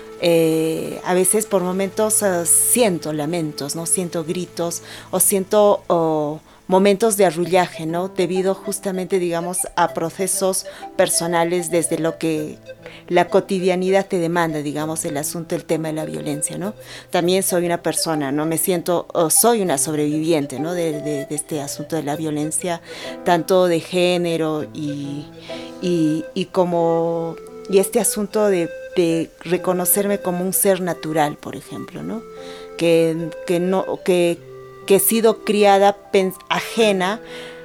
A veces por momentos siento lamentos, ¿no? Siento gritos o siento momentos de arrullaje, ¿no? Debido justamente, digamos, a procesos personales desde lo que la cotidianidad te demanda, digamos, el tema de la violencia, ¿no? También soy una persona, ¿no? Soy una sobreviviente, ¿no? De este asunto de la violencia, tanto de género y este asunto de reconocerme como un ser natural, por ejemplo, ¿no? Que he sido criada ajena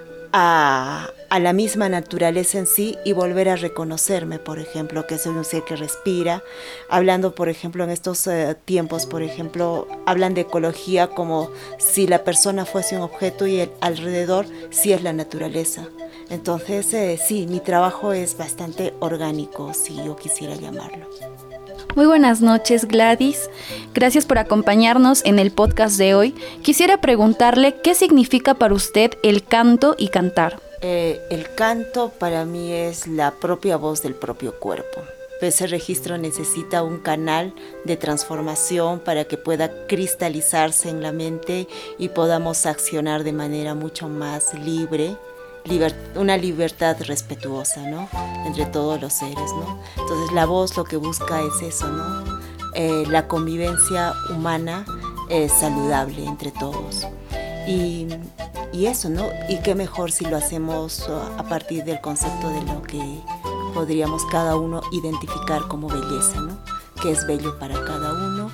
a la misma naturaleza en sí, y volver a reconocerme, por ejemplo, que soy un ser que respira. Hablando, por ejemplo, en estos tiempos, por ejemplo, hablan de ecología como si la persona fuese un objeto y el alrededor sí es la naturaleza. Entonces, sí, mi trabajo es bastante orgánico, si yo quisiera llamarlo. Muy buenas noches, Gladys. Gracias por acompañarnos en el podcast de hoy. Quisiera preguntarle qué significa para usted el canto y cantar. El canto para mí es la propia voz del propio cuerpo. Ese registro necesita un canal de transformación para que pueda cristalizarse en la mente y podamos accionar de manera mucho más libre. Una libertad respetuosa, ¿no? Entre todos los seres, ¿no? Entonces la voz lo que busca es eso, ¿no? La convivencia humana saludable entre todos. Y eso, ¿no? Y qué mejor si lo hacemos a partir del concepto de lo que podríamos cada uno identificar como belleza, ¿no? Que es bello para cada uno.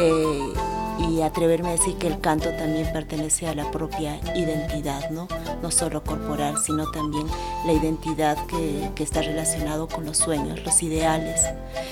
Y atreverme a decir que el canto también pertenece a la propia identidad, ¿no? No solo corporal, sino también la identidad que está relacionado con los sueños, los ideales,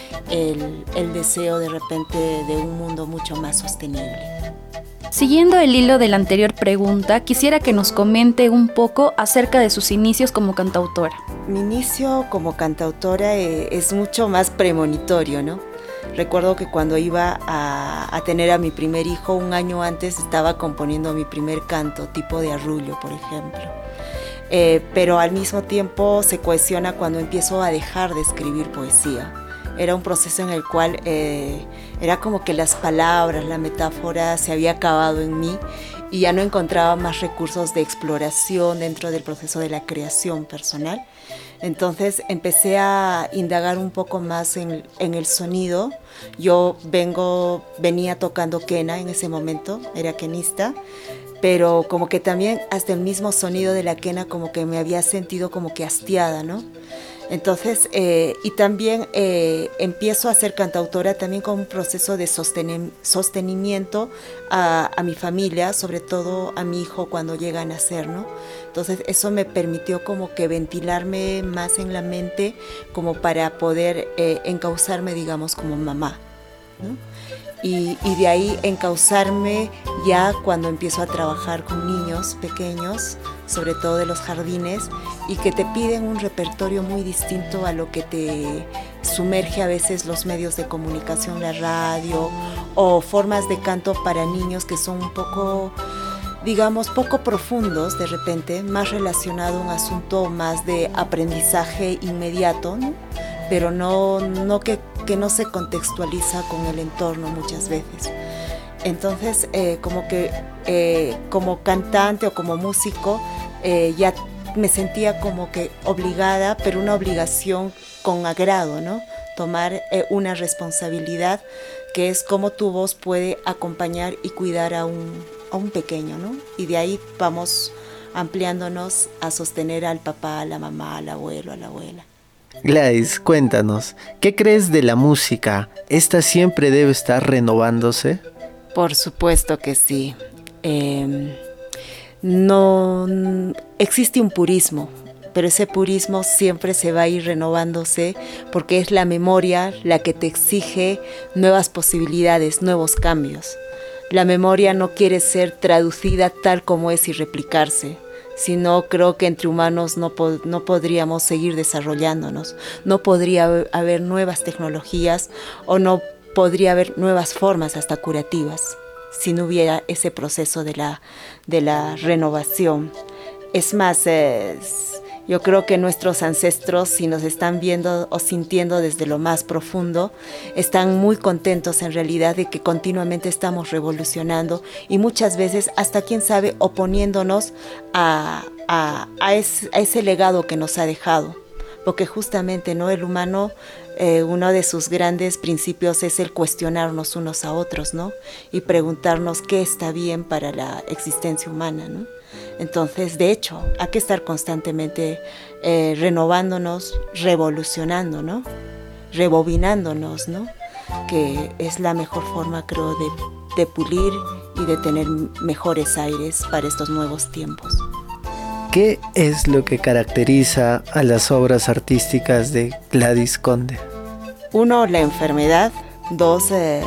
el deseo de repente de un mundo mucho más sostenible. Siguiendo el hilo de la anterior pregunta, quisiera que nos comente un poco acerca de sus inicios como cantautora. Mi inicio como cantautora es mucho más premonitorio, ¿no? Recuerdo que cuando iba a tener a mi primer hijo, un año antes estaba componiendo mi primer canto, tipo de arrullo, por ejemplo. Pero al mismo tiempo se cohesiona cuando empiezo a dejar de escribir poesía. Era un proceso en el cual era como que las palabras, la metáfora se había acabado en mí y ya no encontraba más recursos de exploración dentro del proceso de la creación personal. Entonces empecé a indagar un poco más en el sonido. Yo venía tocando quena en ese momento, era quenista, pero como que también hasta el mismo sonido de la quena como que me había sentido como que hastiada, ¿no? Entonces, y también empiezo a ser cantautora también con un proceso de sostenimiento a mi familia, sobre todo a mi hijo cuando llega a nacer, ¿no? Entonces eso me permitió como que ventilarme más en la mente como para poder encauzarme, digamos, como mamá, ¿no? Y de ahí encauzarme ya cuando empiezo a trabajar con niños pequeños, sobre todo de los jardines, y que te piden un repertorio muy distinto a lo que te sumerge a veces los medios de comunicación, la radio, o formas de canto para niños que son un poco, digamos, poco profundos de repente, más relacionado a un asunto más de aprendizaje inmediato, ¿no? Pero no que no se contextualiza con el entorno muchas veces. Entonces, como cantante o como músico, ya me sentía como que obligada, pero una obligación con agrado, ¿no? Tomar una responsabilidad que es cómo tu voz puede acompañar y cuidar a un pequeño, ¿no? Y de ahí vamos ampliándonos a sostener al papá, a la mamá, al abuelo, a la abuela. Gladys, cuéntanos, ¿qué crees de la música? ¿Esta siempre debe estar renovándose? Por supuesto que sí. No existe un purismo, pero ese purismo siempre se va a ir renovándose porque es la memoria la que te exige nuevas posibilidades, nuevos cambios. La memoria no quiere ser traducida tal como es y replicarse. Si no, creo que entre humanos no podríamos seguir desarrollándonos. No podría haber nuevas tecnologías o no podría haber nuevas formas hasta curativas si no hubiera ese proceso de la renovación. Es más, yo creo que nuestros ancestros, si nos están viendo o sintiendo desde lo más profundo, están muy contentos en realidad de que continuamente estamos revolucionando y muchas veces hasta, quién sabe, oponiéndonos a ese legado que nos ha dejado. Porque justamente, ¿no? El humano, uno de sus grandes principios es el cuestionarnos unos a otros, ¿no? Y preguntarnos qué está bien para la existencia humana, ¿no? Entonces, de hecho, hay que estar constantemente renovándonos, revolucionando, ¿no? Rebobinándonos, ¿no? Que es la mejor forma, creo, de pulir y de tener mejores aires para estos nuevos tiempos. ¿Qué es lo que caracteriza a las obras artísticas de Gladys Conde? 1, la enfermedad. 2,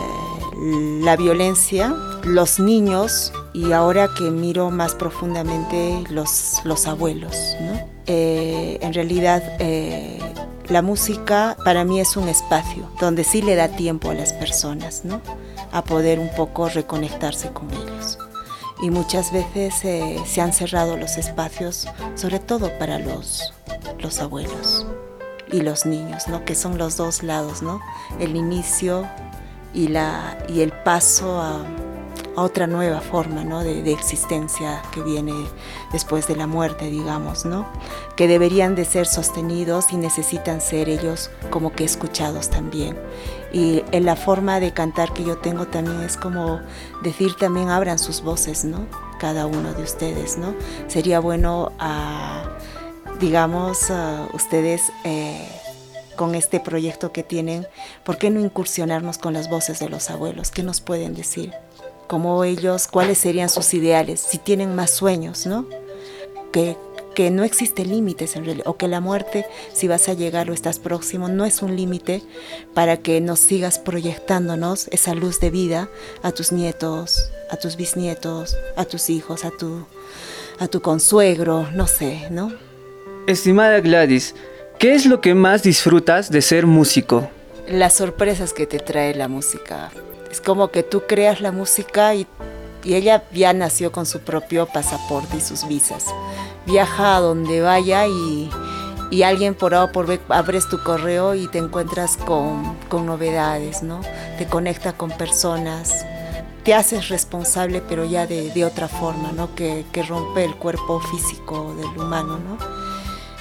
la violencia, los niños y ahora que miro más profundamente los abuelos, ¿no? En realidad la música para mí es un espacio donde sí le da tiempo a las personas, ¿no? A poder un poco reconectarse con ellos. Y muchas veces se han cerrado los espacios, sobre todo para los abuelos y los niños, ¿no? Que son los dos lados, ¿no? El inicio y el paso a otra nueva forma, ¿no? de existencia que viene después de la muerte, digamos, ¿no? Que deberían de ser sostenidos y necesitan ser ellos como que escuchados también. Y en la forma de cantar que yo tengo también es como decir también abran sus voces, ¿no? Cada uno de ustedes, ¿no? Sería bueno, digamos, ustedes con este proyecto que tienen, ¿por qué no incursionarnos con las voces de los abuelos? ¿Qué nos pueden decir? Como ellos, cuáles serían sus ideales, si tienen más sueños, ¿no? Que no existe límites en realidad, o que la muerte, si vas a llegar o estás próximo, no es un límite para que nos sigas proyectándonos esa luz de vida a tus nietos, a tus bisnietos, a tus hijos, a tu consuegro, no sé, ¿no? Estimada Gladys, ¿qué es lo que más disfrutas de ser músico? Las sorpresas que te trae la música. Es como que tú creas la música y ella ya nació con su propio pasaporte y sus visas. Viaja a donde vaya y alguien por A o por B abres tu correo y te encuentras con novedades, ¿no? Te conecta con personas, te haces responsable pero ya de otra forma, ¿no? Que rompe el cuerpo físico del humano, ¿no?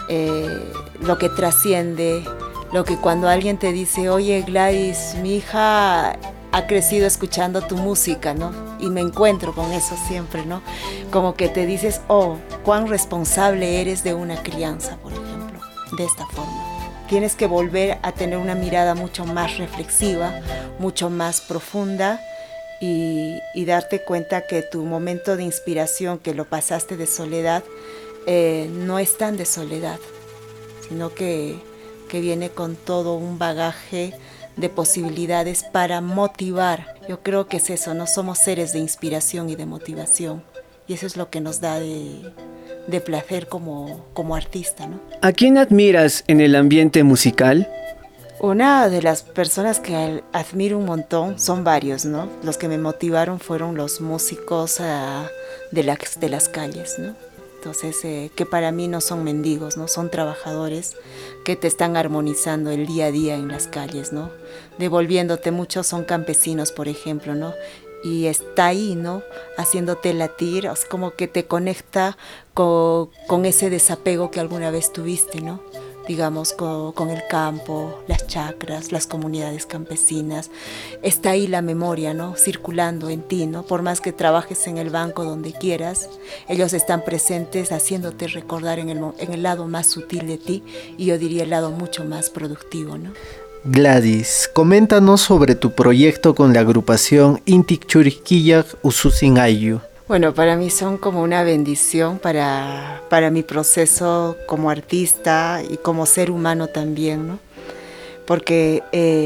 lo que trasciende, lo que cuando alguien te dice, oye Gladys, mi hija ha crecido escuchando tu música, ¿no? Y me encuentro con eso siempre, ¿no? Como que te dices, oh, cuán responsable eres de una crianza, por ejemplo, de esta forma. Tienes que volver a tener una mirada mucho más reflexiva, mucho más profunda y darte cuenta que tu momento de inspiración, que lo pasaste de soledad, no es tan de soledad, sino que viene con todo un bagaje de posibilidades para motivar. Yo creo que es eso, no somos seres de inspiración y de motivación, y eso es lo que nos da de placer como artista, ¿no? ¿A quién admiras en el ambiente musical? Una de las personas que admiro un montón, son varios, ¿no? Los que me motivaron fueron los músicos de las calles, ¿no? Entonces, que para mí no son mendigos, ¿no? Son trabajadores que te están armonizando el día a día en las calles, ¿no? Devolviéndote, muchos son campesinos, por ejemplo, ¿no? Y está ahí, ¿no? Haciéndote latir, es como que te conecta con ese desapego que alguna vez tuviste, ¿no? Digamos, con el campo, las chacras, las comunidades campesinas. Está ahí la memoria, ¿no? Circulando en ti, ¿no? Por más que trabajes en el banco donde quieras, ellos están presentes haciéndote recordar en el lado más sutil de ti, y yo diría el lado mucho más productivo, ¿no? Gladys, coméntanos sobre tu proyecto con la agrupación Intik Churiquilla Ususin Ayu. Bueno, para mí son como una bendición para mi proceso como artista y como ser humano también, ¿no? Porque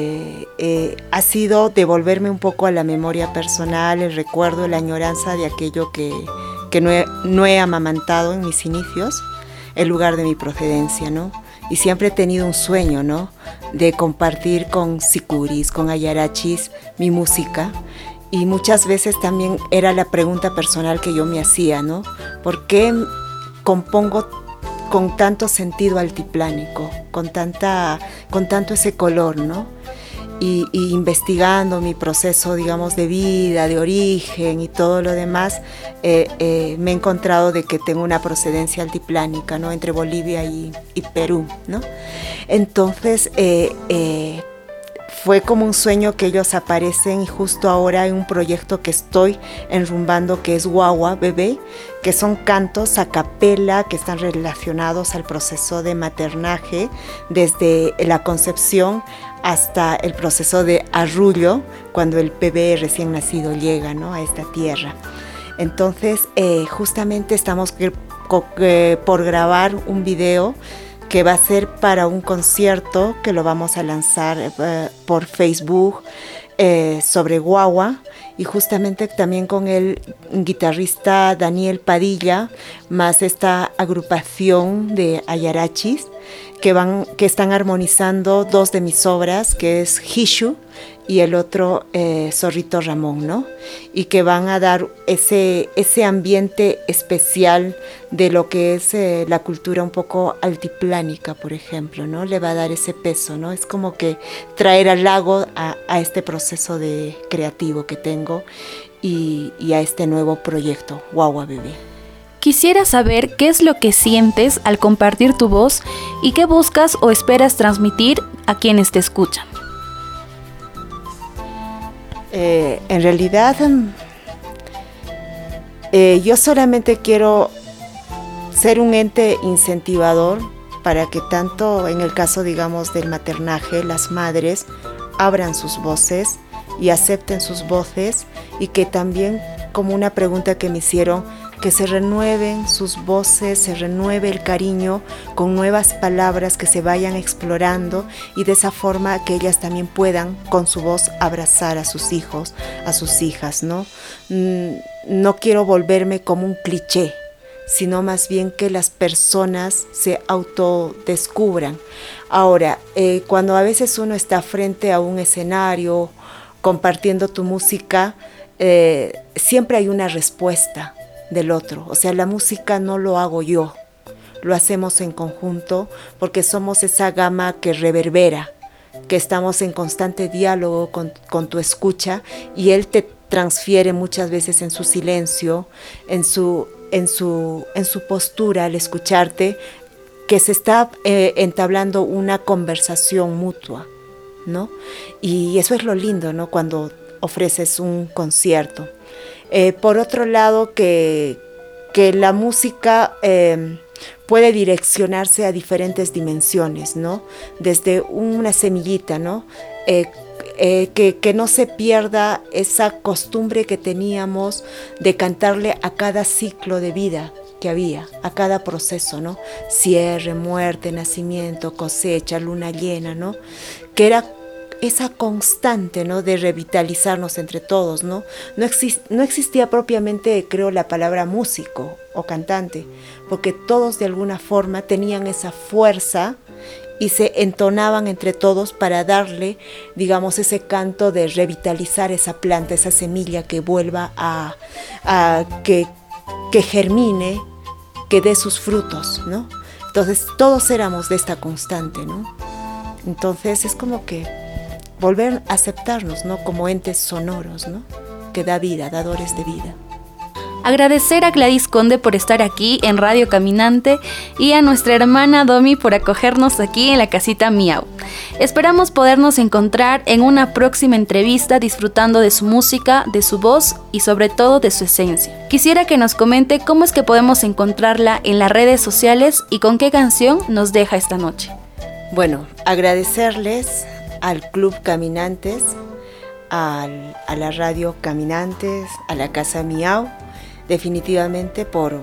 ha sido devolverme un poco a la memoria personal, el recuerdo, la añoranza de aquello que no he amamantado en mis inicios, el lugar de mi procedencia, ¿no? Y siempre he tenido un sueño, ¿no? De compartir con sicuris, con ayarachis, mi música. Y muchas veces también era la pregunta personal que yo me hacía, ¿no? ¿Por qué compongo con tanto sentido altiplánico, con tanto ese color, ¿no? Y investigando mi proceso, digamos, de vida, de origen y todo lo demás, me he encontrado de que tengo una procedencia altiplánica, ¿no? Entre Bolivia y Perú, ¿no? Entonces, fue como un sueño que ellos aparecen, y justo ahora en un proyecto que estoy enrumbando, que es Guagua Bebé, que son cantos a capela que están relacionados al proceso de maternaje, desde la concepción hasta el proceso de arrullo, cuando el bebé recién nacido llega, ¿no? A esta tierra. Entonces, justamente estamos por grabar un video que va a ser para un concierto que lo vamos a lanzar por Facebook sobre Guagua, y justamente también con el guitarrista Daniel Padilla, más esta agrupación de ayarachis que están armonizando dos de mis obras, que es Hishu y el otro Zorrito Ramón, ¿no? Y que van a dar ese ambiente especial de lo que es la cultura un poco altiplánica, por ejemplo, ¿no? Le va a dar ese peso, ¿no? Es como que traer al lago a este proceso creativo que tengo y a este nuevo proyecto, Guagua Bebé. Quisiera saber qué es lo que sientes al compartir tu voz y qué buscas o esperas transmitir a quienes te escuchan. En realidad, yo solamente quiero ser un ente incentivador para que tanto en el caso, digamos, del maternaje, las madres abran sus voces y acepten sus voces, y que también, como una pregunta que me hicieron, que se renueven sus voces, se renueve el cariño con nuevas palabras que se vayan explorando, y de esa forma que ellas también puedan con su voz abrazar a sus hijos, a sus hijas, ¿no? No quiero volverme como un cliché, sino más bien que las personas se autodescubran. Ahora, cuando a veces uno está frente a un escenario compartiendo tu música, siempre hay una respuesta del otro. O sea, la música no lo hago yo, lo hacemos en conjunto, porque somos esa gama que reverbera, que estamos en constante diálogo con tu escucha, y él te transfiere muchas veces en su silencio, en su postura al escucharte, que se está entablando una conversación mutua, ¿no? Y eso es lo lindo, ¿no? Cuando ofreces un concierto. Por otro lado, que la música puede direccionarse a diferentes dimensiones, ¿no? Desde una semillita, ¿no? Que no se pierda esa costumbre que teníamos de cantarle a cada ciclo de vida que había, a cada proceso, ¿no? Cierre, muerte, nacimiento, cosecha, luna llena, ¿no? Que era esa constante, ¿no? De revitalizarnos entre todos, ¿no? No existía propiamente, creo, la palabra músico o cantante, porque todos de alguna forma tenían esa fuerza y se entonaban entre todos para darle, digamos, ese canto de revitalizar esa planta, esa semilla que vuelva a que germine, que dé sus frutos, ¿no? Entonces todos éramos de esta constante, ¿no? Entonces es como que volver a aceptarnos, ¿no? Como entes sonoros, ¿no? Que da vida, dadores de vida. Agradecer a Gladys Conde por estar aquí en Radio Caminante y a nuestra hermana Domi por acogernos aquí en la casita Miau. Esperamos podernos encontrar en una próxima entrevista disfrutando de su música, de su voz y sobre todo de su esencia. Quisiera que nos comente cómo es que podemos encontrarla en las redes sociales y con qué canción nos deja esta noche. Bueno, agradecerles al Club Caminantes, a la Radio Caminantes, a la Casa Miau, definitivamente por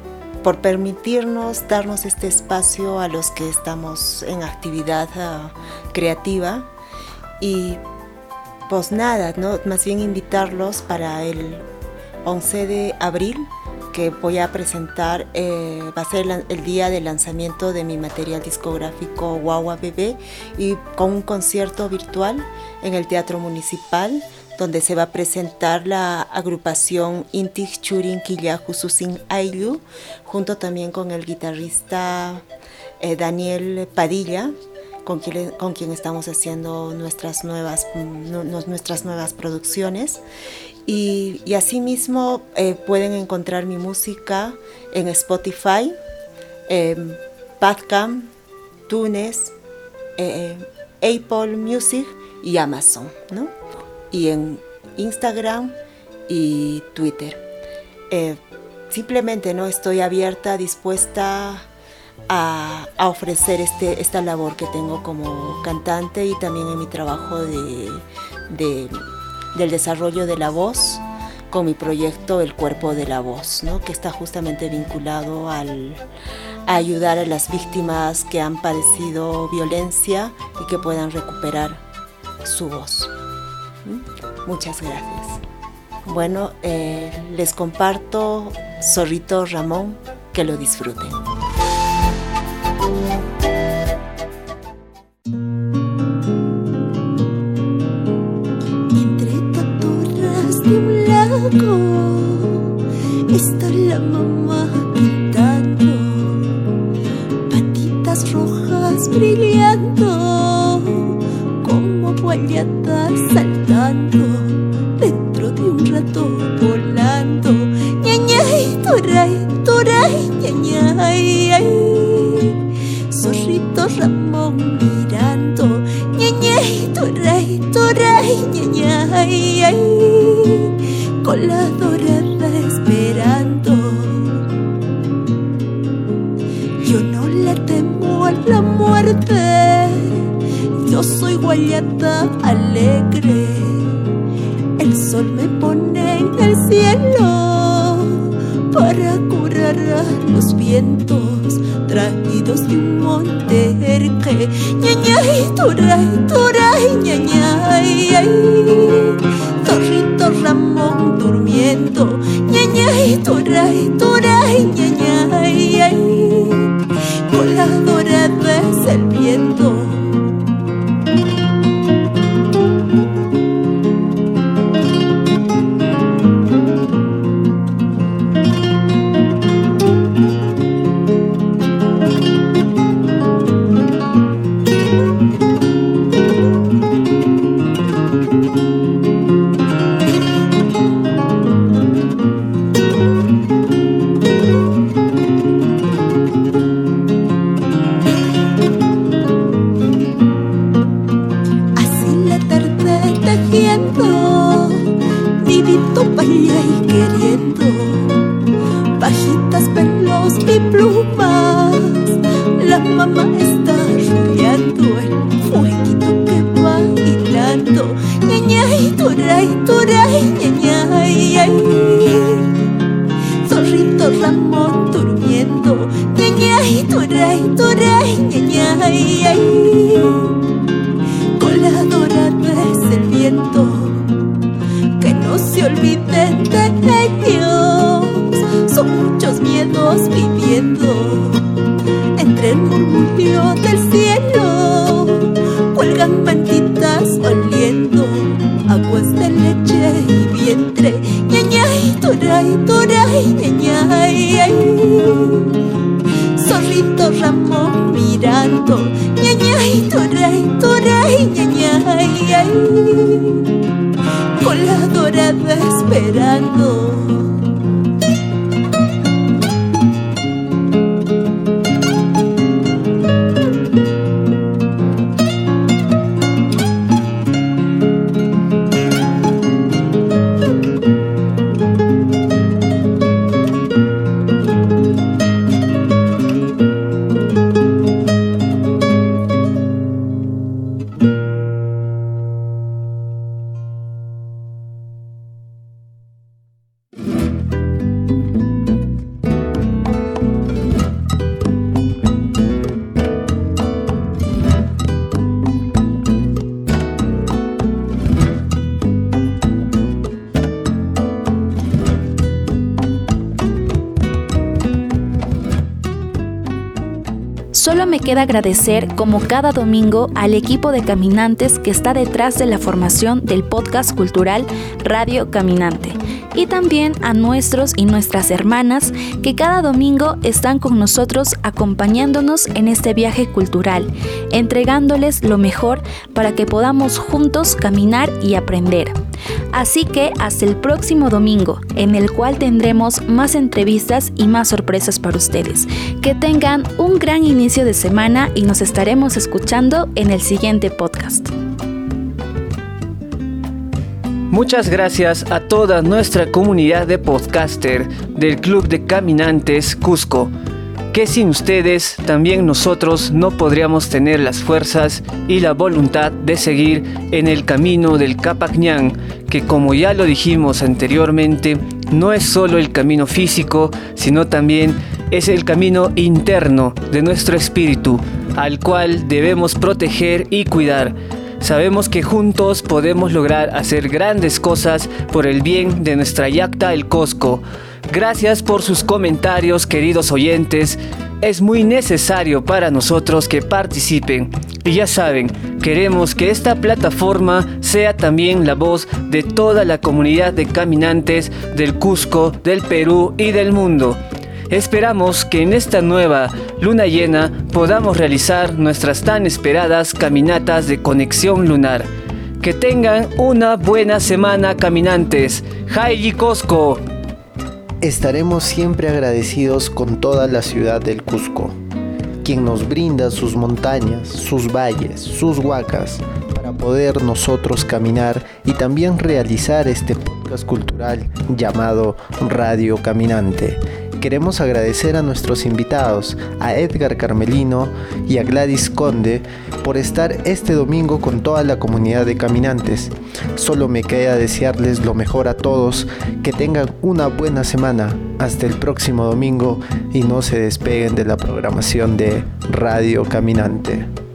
permitirnos darnos este espacio a los que estamos en actividad creativa. Y pues nada, ¿no? Más bien invitarlos para el 11 de abril, que voy a presentar, va a ser el día de lanzamiento de mi material discográfico Guagua Bebé, y con un concierto virtual en el Teatro Municipal, donde se va a presentar la agrupación Intig Churin Quillahu Susin Ayllu, junto también con el guitarrista Daniel Padilla, con quien estamos haciendo nuestras nuevas producciones. Y asimismo pueden encontrar mi música en Spotify, Bandcamp, Tunes, Apple Music y Amazon, ¿no? Y en Instagram y Twitter. Simplemente, ¿no? Estoy abierta, dispuesta a ofrecer esta labor que tengo como cantante, y también en mi trabajo del desarrollo de la voz, con mi proyecto El Cuerpo de la Voz, ¿no? Que está justamente vinculado a ayudar a las víctimas que han padecido violencia y que puedan recuperar su voz. Muchas gracias. Bueno, les comparto Zorrito Ramón, que lo disfruten. Entre totorras de un lago está la mamá pintando, patitas rojas brillando como guayatas saltando dentro de un rato volando. Ñañay, turay, turay, ñañay, ay. Zorrito Ramón mirando. Ñañay, turay, turay, ñañay, ay. Con la dorada esperando. Yo no le temo a la muerte, yo soy guayata alegre. El sol me pone en el cielo para curar a los vientos traídos de un monte erque. Ñañay, turay, turay, ñañay, ay. Zorrito Ramón durmiendo. Ñañay, turay, turay, ñañay, ay. Con la dorada es el viento. solito Ramón durmiendo, ñañay, turay, turay, ñañay, ay. Coladora desde el viento, que no se olviden de ellos. Son muchos miedos viviendo entre el murmullo del cielo. Cuelgan mantitas oliendo aguas de leche y vientre, ñañay, turay, turay, ñañay, ay. Zorrito Ramón mirando, ñañay, turay, turay, ñañay, ay. Con la dorada esperando. Solo me queda agradecer, como cada domingo, al equipo de caminantes que está detrás de la formación del podcast cultural Radio Caminante, y también a nuestros y nuestras hermanas que cada domingo están con nosotros acompañándonos en este viaje cultural, entregándoles lo mejor para que podamos juntos caminar y aprender. Así que hasta el próximo domingo, en el cual tendremos más entrevistas y más sorpresas para ustedes. Que tengan un gran inicio de semana y nos estaremos escuchando en el siguiente podcast. Muchas gracias a toda nuestra comunidad de podcaster del Club de Caminantes Cusco, que sin ustedes también nosotros no podríamos tener las fuerzas y la voluntad de seguir en el camino del Capacñán, que como ya lo dijimos anteriormente, no es solo el camino físico, sino también es el camino interno de nuestro espíritu, al cual debemos proteger y cuidar. Sabemos que juntos podemos lograr hacer grandes cosas por el bien de nuestra Yacta el Cosco. Gracias por sus comentarios, queridos oyentes. Es muy necesario para nosotros que participen. Y ya saben, queremos que esta plataforma sea también la voz de toda la comunidad de caminantes del Cusco, del Perú y del mundo. Esperamos que en esta nueva luna llena podamos realizar nuestras tan esperadas caminatas de conexión lunar. Que tengan una buena semana, caminantes. Hayi Cosco. Estaremos siempre agradecidos con toda la ciudad del Cusco, quien nos brinda sus montañas, sus valles, sus huacas, para poder nosotros caminar y también realizar este podcast cultural llamado Radio Caminante. Queremos agradecer a nuestros invitados, a Edgar Carmelino y a Gladys Conde, por estar este domingo con toda la comunidad de caminantes. Solo me queda desearles lo mejor a todos, que tengan una buena semana. Hasta el próximo domingo y no se despeguen de la programación de Radio Caminante.